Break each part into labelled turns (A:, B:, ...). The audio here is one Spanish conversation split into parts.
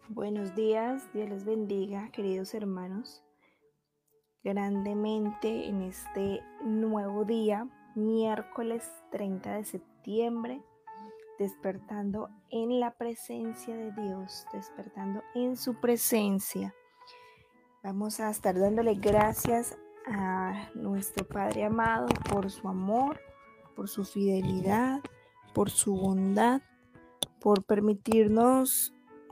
A: Buenos días, Dios les bendiga, queridos hermanos, grandemente en este nuevo día, miércoles 30 de septiembre, despertando en la presencia de Dios, despertando en su presencia. Vamos a estar dándole gracias a nuestro Padre amado por su amor, por su fidelidad, por su bondad, por permitirnos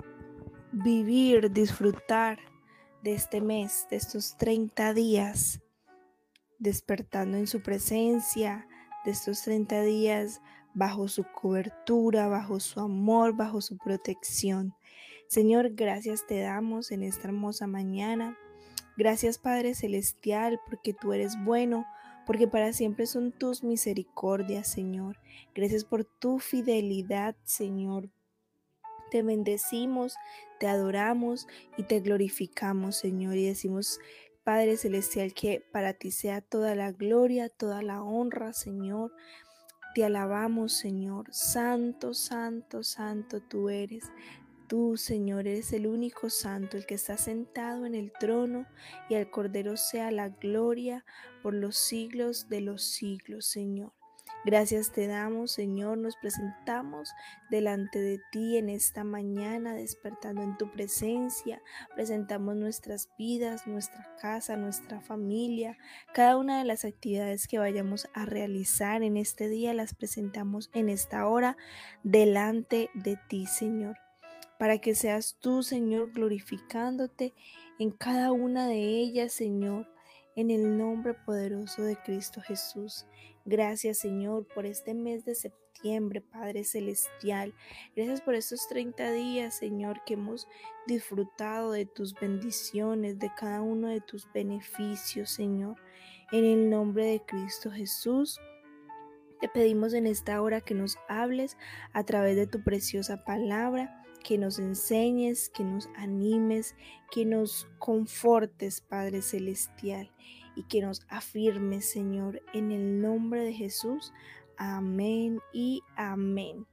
A: vivir, disfrutar de este mes, de estos 30 días, despertando en su presencia, de estos 30 días bajo su cobertura, bajo su amor, bajo su protección. Señor, gracias te damos en esta hermosa mañana. Gracias, Padre Celestial, porque tú eres bueno, porque para siempre son tus misericordias, Señor. Gracias por tu fidelidad, Señor. Te bendecimos, te adoramos y te glorificamos, Señor, y decimos, Padre Celestial, que para ti sea toda la gloria, toda la honra, Señor. Te alabamos, Señor. Santo, santo, santo tú eres. Tú, Señor, eres el único santo, el que está sentado en el trono, y al Cordero sea la gloria por los siglos de los siglos, Señor. Gracias te damos, Señor, nos presentamos delante de ti en esta mañana, despertando en tu presencia. Presentamos nuestras vidas, nuestra casa, nuestra familia, cada una de las actividades que vayamos a realizar en este día, las presentamos en esta hora delante de ti, Señor, para que seas tú, Señor, glorificándote en cada una de ellas, Señor, en el nombre poderoso de Cristo Jesús. Gracias, Señor, por este mes de septiembre, Padre Celestial. Gracias por estos 30 días, Señor, que hemos disfrutado de tus bendiciones, de cada uno de tus beneficios, Señor. En el nombre de Cristo Jesús, te pedimos en esta hora que nos hables a través de tu preciosa palabra, que nos enseñes, que nos animes, que nos confortes, Padre Celestial, y que nos afirmes, Señor, en el nombre de Jesús. Amén y amén.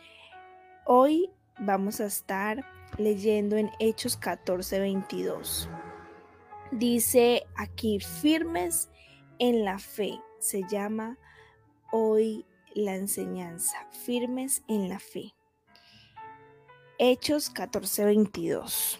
A: Hoy vamos a estar leyendo en Hechos 14:22. Dice aquí, firmes en la fe, se llama hoy la enseñanza, firmes en la fe. Hechos 14:22.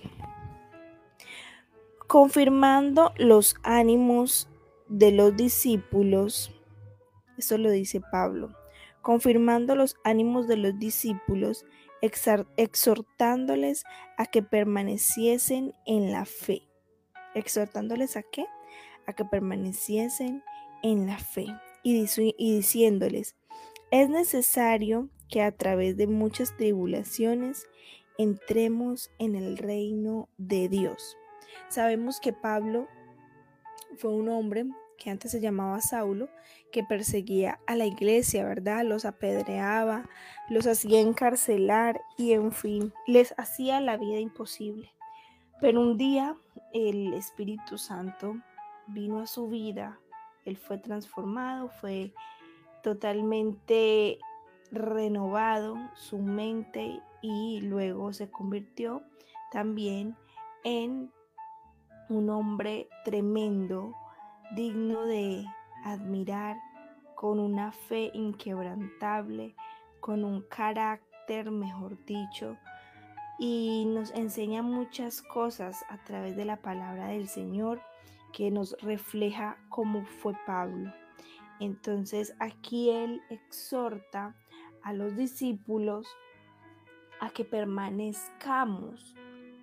A: Confirmando los ánimos de los discípulos, eso lo dice Pablo, confirmando los ánimos de los discípulos, exhortándoles a que permaneciesen en la fe. ¿Exhortándoles a qué? A que permaneciesen en la fe. Y diciéndoles, es necesario que a través de muchas tribulaciones entremos en el reino de Dios. Sabemos que Pablo fue un hombre que antes se llamaba Saulo, que perseguía a la iglesia, ¿verdad? Los apedreaba, los hacía encarcelar y en fin, les hacía la vida imposible. Pero un día el Espíritu Santo vino a su vida, él fue transformado, fue totalmente renovado su mente y luego se convirtió también en un hombre tremendo, digno de admirar, con una fe inquebrantable, con un carácter, mejor dicho, y nos enseña muchas cosas a través de la palabra del Señor que nos refleja cómo fue Pablo. Entonces aquí él exhorta a los discípulos a que permanezcamos,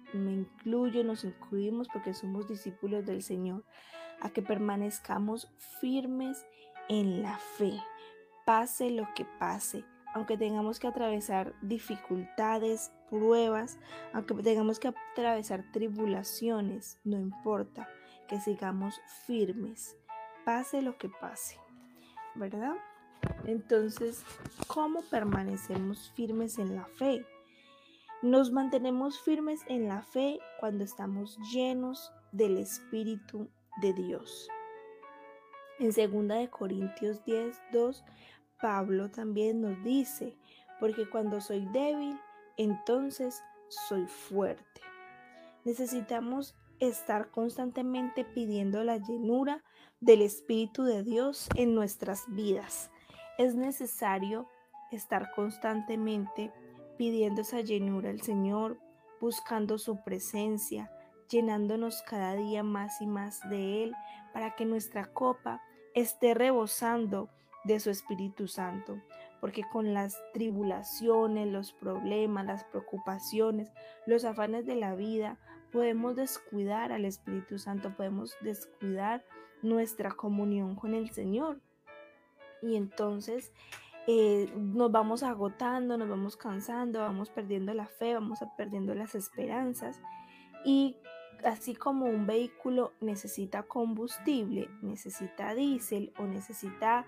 A: nos incluimos porque somos discípulos del Señor, a que permanezcamos firmes en la fe, pase lo que pase, aunque tengamos que atravesar dificultades, pruebas, aunque tengamos que atravesar tribulaciones, no importa, que sigamos firmes, pase lo que pase, ¿verdad? Entonces, ¿cómo permanecemos firmes en la fe? Nos mantenemos firmes en la fe cuando estamos llenos del Espíritu de Dios. En 2 Corintios 10:2, Pablo también nos dice, porque cuando soy débil, entonces soy fuerte. Necesitamos estar constantemente pidiendo la llenura del Espíritu de Dios en nuestras vidas. Es necesario estar constantemente pidiendo esa llenura al Señor, buscando su presencia, llenándonos cada día más y más de Él, para que nuestra copa esté rebosando de su Espíritu Santo. Porque con las tribulaciones, los problemas, las preocupaciones, los afanes de la vida, podemos descuidar al Espíritu Santo, podemos descuidar nuestra comunión con el Señor. Y entonces nos vamos agotando, nos vamos cansando, vamos perdiendo la fe, vamos perdiendo las esperanzas. Y así como un vehículo necesita combustible, necesita diésel o necesita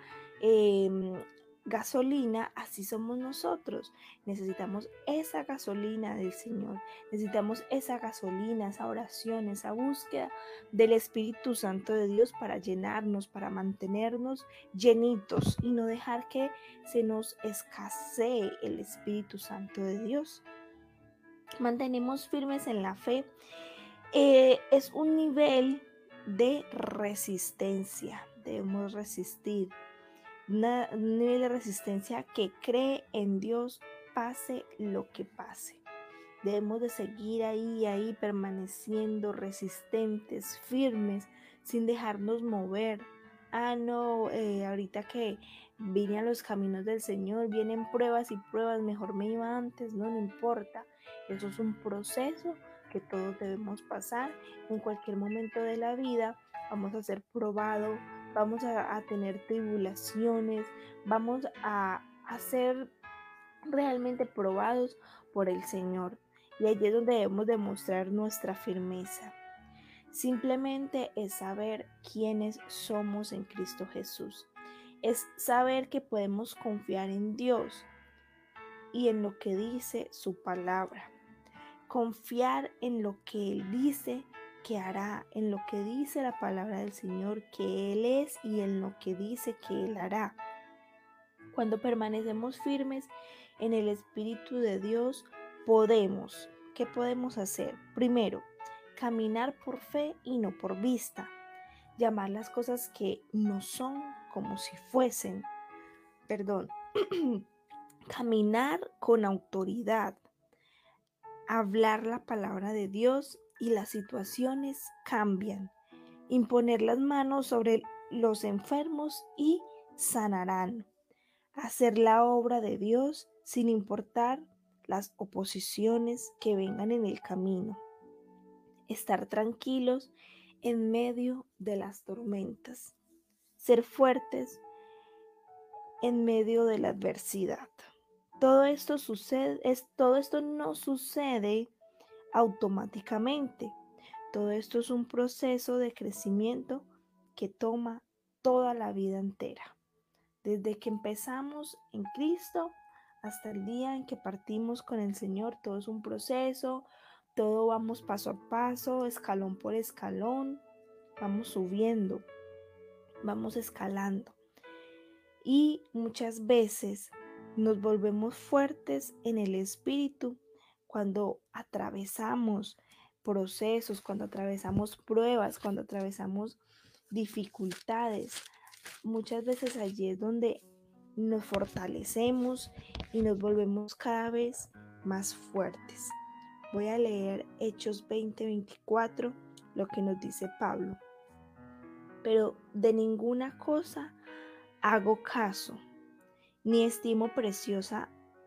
A: gasolina, así somos nosotros. Necesitamos esa gasolina del Señor, necesitamos esa gasolina, esa oración, esa búsqueda del Espíritu Santo de Dios para llenarnos, para mantenernos llenitos y no dejar que se nos escasee el Espíritu Santo de Dios. Mantenemos firmes en la fe. Es un nivel de resistencia, debemos resistir. Un nivel de resistencia que cree en Dios pase lo que pase. Debemos de seguir ahí permaneciendo resistentes, firmes, sin dejarnos mover. No, ahorita que vine a los caminos del Señor, vienen pruebas y pruebas, mejor me iba antes, no importa. Eso es un proceso que todos debemos pasar. En cualquier momento de la vida vamos a ser probados, vamos a tener tribulaciones, vamos a ser realmente probados por el Señor. Y allí es donde debemos demostrar nuestra firmeza. Simplemente es saber quiénes somos en Cristo Jesús. Es saber que podemos confiar en Dios y en lo que dice su palabra. Confiar en lo que Él dice que hará, en lo que dice la palabra del Señor que Él es y en lo que dice que Él hará. Cuando permanecemos firmes en el Espíritu de Dios, ¿qué podemos hacer? Primero, caminar por fe y no por vista. Llamar las cosas que no son como si fuesen. Caminar con autoridad. Hablar la palabra de Dios y las situaciones cambian. Imponer las manos sobre los enfermos y sanarán. Hacer la obra de Dios sin importar las oposiciones que vengan en el camino. Estar tranquilos en medio de las tormentas. Ser fuertes en medio de la adversidad. Todo esto no sucede automáticamente. Todo esto es un proceso de crecimiento que toma toda la vida entera. Desde que empezamos en Cristo hasta el día en que partimos con el Señor, todo es un proceso, todo vamos paso a paso, escalón por escalón, vamos subiendo, vamos escalando. Y muchas veces nos volvemos fuertes en el espíritu cuando atravesamos procesos, cuando atravesamos pruebas, cuando atravesamos dificultades. Muchas veces allí es donde nos fortalecemos y nos volvemos cada vez más fuertes. Voy a leer Hechos 20:24, lo que nos dice Pablo. Pero de ninguna cosa hago caso, ni estimo preciosa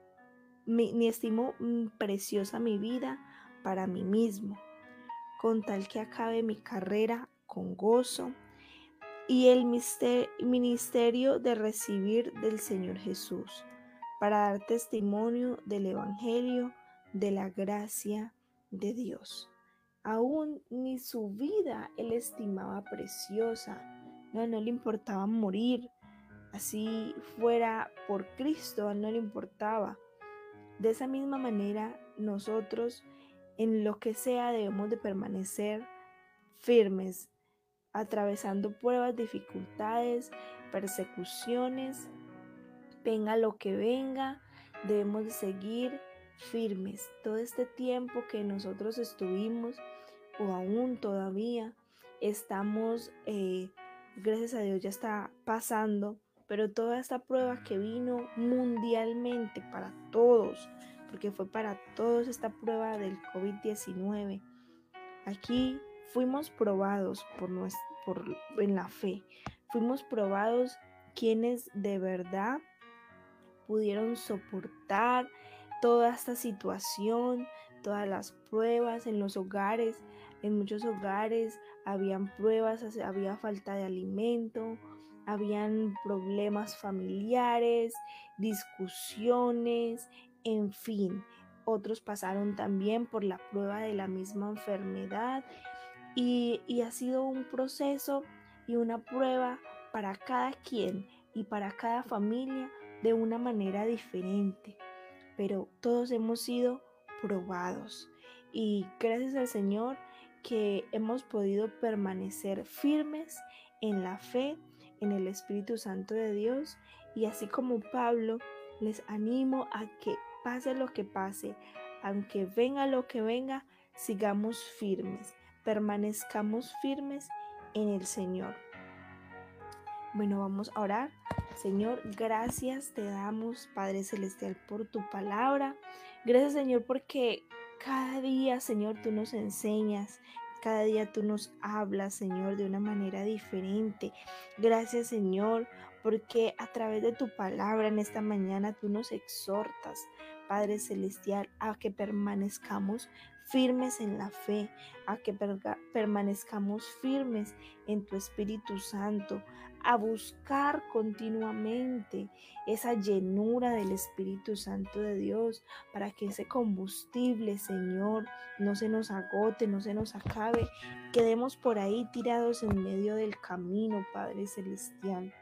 A: mi vida para mí mismo, con tal que acabe mi carrera con gozo y el ministerio de recibir del Señor Jesús, para dar testimonio del Evangelio de la gracia de Dios. Aún ni su vida él estimaba preciosa, no le importaba morir, así fuera por Cristo, a él no le importaba. De esa misma manera, nosotros en lo que sea debemos de permanecer firmes, atravesando pruebas, dificultades, persecuciones, venga lo que venga, debemos de seguir firmes. Todo este tiempo que nosotros estuvimos, o aún todavía, estamos, gracias a Dios ya está pasando, pero toda esta prueba que vino mundialmente para todos, porque fue para todos esta prueba del COVID-19, aquí fuimos probados en la fe, fuimos probados quienes de verdad pudieron soportar toda esta situación, todas las pruebas en los hogares. En muchos hogares habían pruebas, había falta de alimento, habían problemas familiares, discusiones, en fin. Otros pasaron también por la prueba de la misma enfermedad y ha sido un proceso y una prueba para cada quien y para cada familia de una manera diferente, pero todos hemos sido probados y gracias al Señor que hemos podido permanecer firmes en la fe, en el Espíritu Santo de Dios, y así como Pablo, les animo a que pase lo que pase, aunque venga lo que venga, sigamos firmes, permanezcamos firmes en el Señor. Bueno, vamos a orar. Señor, gracias te damos, Padre Celestial, por tu palabra. Gracias, Señor, porque cada día, Señor, tú nos enseñas, cada día tú nos hablas, Señor, de una manera diferente. Gracias, Señor, porque a través de tu palabra en esta mañana tú nos exhortas, Padre Celestial, a que permanezcamos firmes en la fe, a que permanezcamos firmes en tu Espíritu Santo, a buscar continuamente esa llenura del Espíritu Santo de Dios para que ese combustible, Señor, no se nos agote, no se nos acabe, quedemos por ahí tirados en medio del camino, Padre Celestial.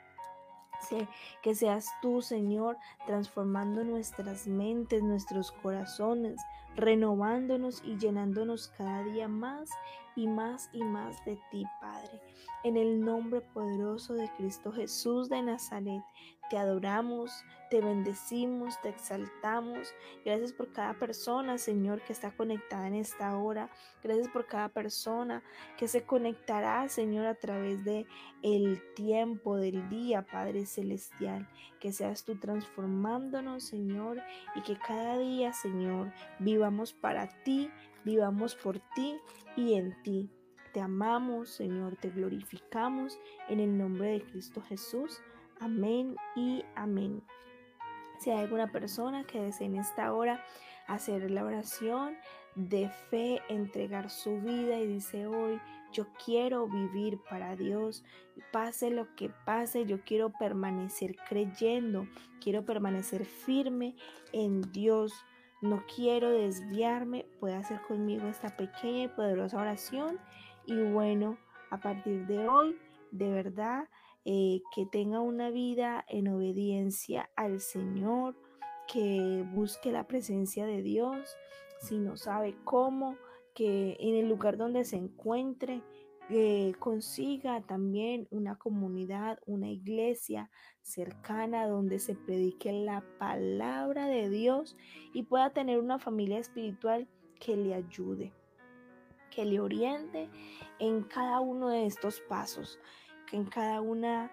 A: Que seas tú, Señor, transformando nuestras mentes, nuestros corazones, renovándonos y llenándonos cada día más y más y más de ti, Padre. En el nombre poderoso de Cristo Jesús de Nazaret, te adoramos, te bendecimos, te exaltamos. Gracias por cada persona, Señor, que está conectada en esta hora. Gracias por cada persona que se conectará, Señor, a través de el tiempo del día, Padre Celestial. Que seas tú transformándonos, Señor, y que cada día, Señor, vivamos para ti, vivamos por ti y en ti. Te amamos, Señor, te glorificamos en el nombre de Cristo Jesús. Amén y amén. Si hay alguna persona que desee en esta hora hacer la oración de fe, entregar su vida y dice hoy, yo quiero vivir para Dios, pase lo que pase, yo quiero permanecer creyendo, quiero permanecer firme en Dios, no quiero desviarme, puede hacer conmigo esta pequeña y poderosa oración. Y bueno, a partir de hoy, de verdad, que tenga una vida en obediencia al Señor, que busque la presencia de Dios, si no sabe cómo, que en el lugar donde se encuentre, consiga también una comunidad, una iglesia cercana donde se predique la palabra de Dios y pueda tener una familia espiritual que le ayude, que le oriente en cada uno de estos pasos, que en cada una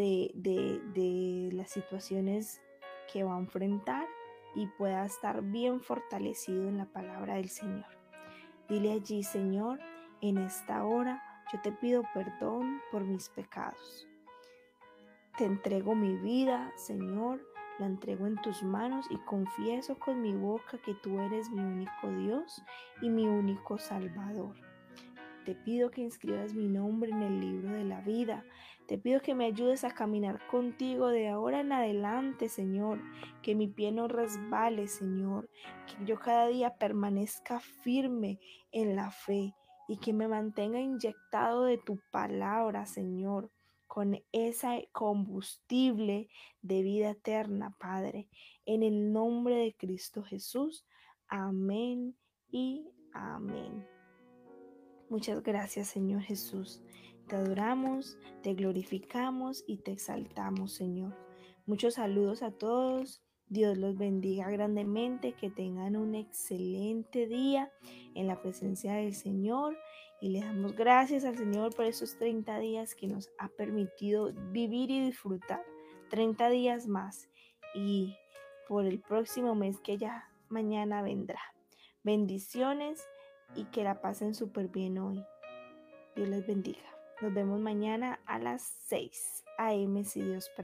A: de las situaciones que va a enfrentar y pueda estar bien fortalecido en la palabra del Señor. Dile allí, Señor, en esta hora yo te pido perdón por mis pecados. Te entrego mi vida, Señor, la entrego en tus manos y confieso con mi boca que tú eres mi único Dios y mi único Salvador. Te pido que inscribas mi nombre en el libro de la vida. Te pido que me ayudes a caminar contigo de ahora en adelante, Señor. Que mi pie no resbale, Señor. Que yo cada día permanezca firme en la fe y que me mantenga inyectado de tu palabra, Señor, con ese combustible de vida eterna, Padre. En el nombre de Cristo Jesús. Amén y amén. Muchas gracias, Señor Jesús. Te adoramos, te glorificamos y te exaltamos, Señor. Muchos saludos a todos. Dios los bendiga grandemente, que tengan un excelente día en la presencia del Señor y le damos gracias al Señor por esos 30 días que nos ha permitido vivir y disfrutar. 30 días más y por el próximo mes que ya mañana vendrá. Bendiciones y que la pasen súper bien hoy. Dios les bendiga. Nos vemos mañana a las 6 a.m. si Dios permite.